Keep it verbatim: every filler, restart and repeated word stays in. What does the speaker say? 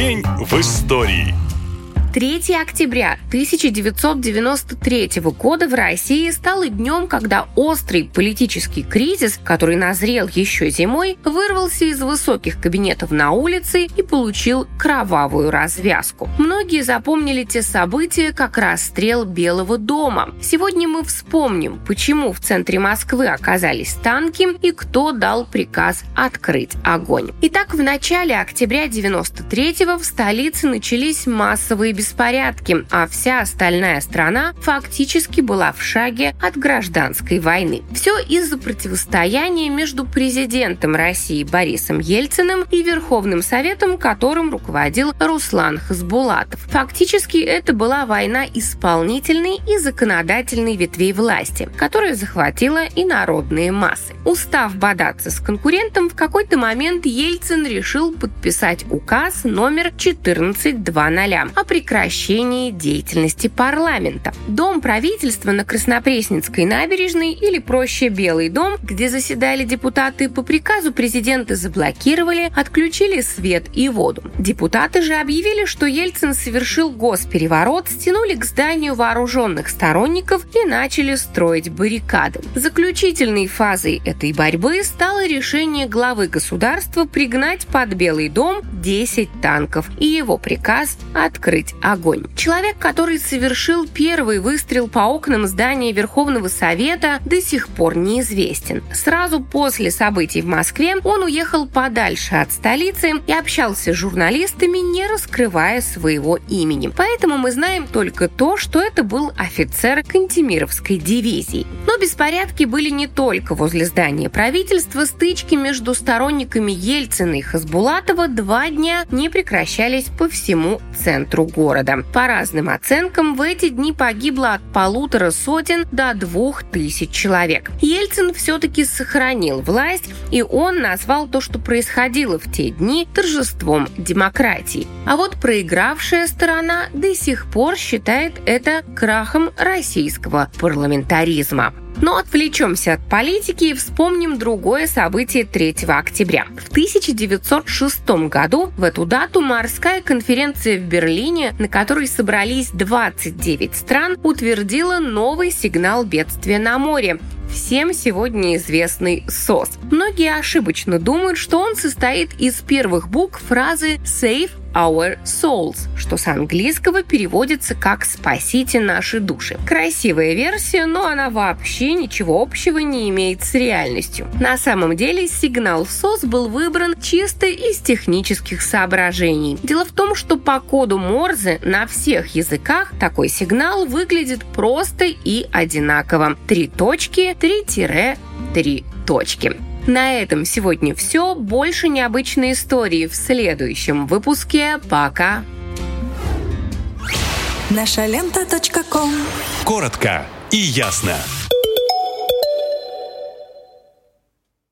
День в истории. третьего октября тысяча девятьсот девяносто третьего года в России стало днем, когда острый политический кризис, который назрел еще зимой, вырвался из высоких кабинетов на улице и получил кровавую развязку. Многие запомнили те события как расстрел Белого дома. Сегодня мы вспомним, почему в центре Москвы оказались танки и кто дал приказ открыть огонь. Итак, в начале октября девяносто третьего в столице начались массовые беспорядки, а вся остальная страна фактически была в шаге от гражданской войны. Все из-за противостояния между президентом России Борисом Ельциным и Верховным Советом, которым руководил Руслан Хасбулатов. Фактически это была война исполнительной и законодательной ветвей власти, которая захватила и народные массы. Устав бодаться с конкурентом, в какой-то момент Ельцин решил подписать указ номер четырнадцать двадцать о прекращении деятельности парламента. Дом правительства на Краснопресненской набережной, или проще Белый дом, где заседали депутаты, по приказу президента заблокировали, отключили свет и воду. Депутаты же объявили, что Ельцин совершил госпереворот, стянули к зданию вооруженных сторонников и начали строить баррикады. Заключительной фазой этой борьбы стало решение главы государства пригнать под Белый дом десять танков и его приказ открыть огонь. Человек, который совершил первый выстрел по окнам здания Верховного Совета, до сих пор неизвестен. Сразу после событий в Москве он уехал подальше от столицы и общался с журналистами, не раскрывая своего имени. Поэтому мы знаем только то, что это был офицер Кантемировской дивизии. Но беспорядки были не только возле здания правительства. Стычки между сторонниками Ельцина и Хасбулатова два дня не прекращались по всему центру города. По разным оценкам, в эти дни погибло от полутора сотен до двух тысяч человек. Ельцин все-таки сохранил власть, и он назвал то, что происходило в те дни, торжеством демократии. А вот проигравшая сторона до сих пор считает это крахом российского парламентаризма. Но отвлечемся от политики и вспомним другое событие третьего октября. В тысяча девятьсот шестом году в эту дату морская конференция в Берлине, на которой собрались двадцать девять стран, утвердила новый сигнал бедствия на море – всем сегодня известный СОС. Многие ошибочно думают, что он состоит из первых букв фразы «Save our souls», что с английского переводится как «спасите наши души». Красивая версия, но она вообще ничего общего не имеет с реальностью. На самом деле сигнал СОС был выбран чисто из технических соображений. Дело в том, что по коду Морзе на всех языках такой сигнал выглядит просто и одинаково. Три точки, три тире, три точки. На этом сегодня все. Больше необычной истории в следующем выпуске. Пока! наша лента точка ком. Коротко и ясно.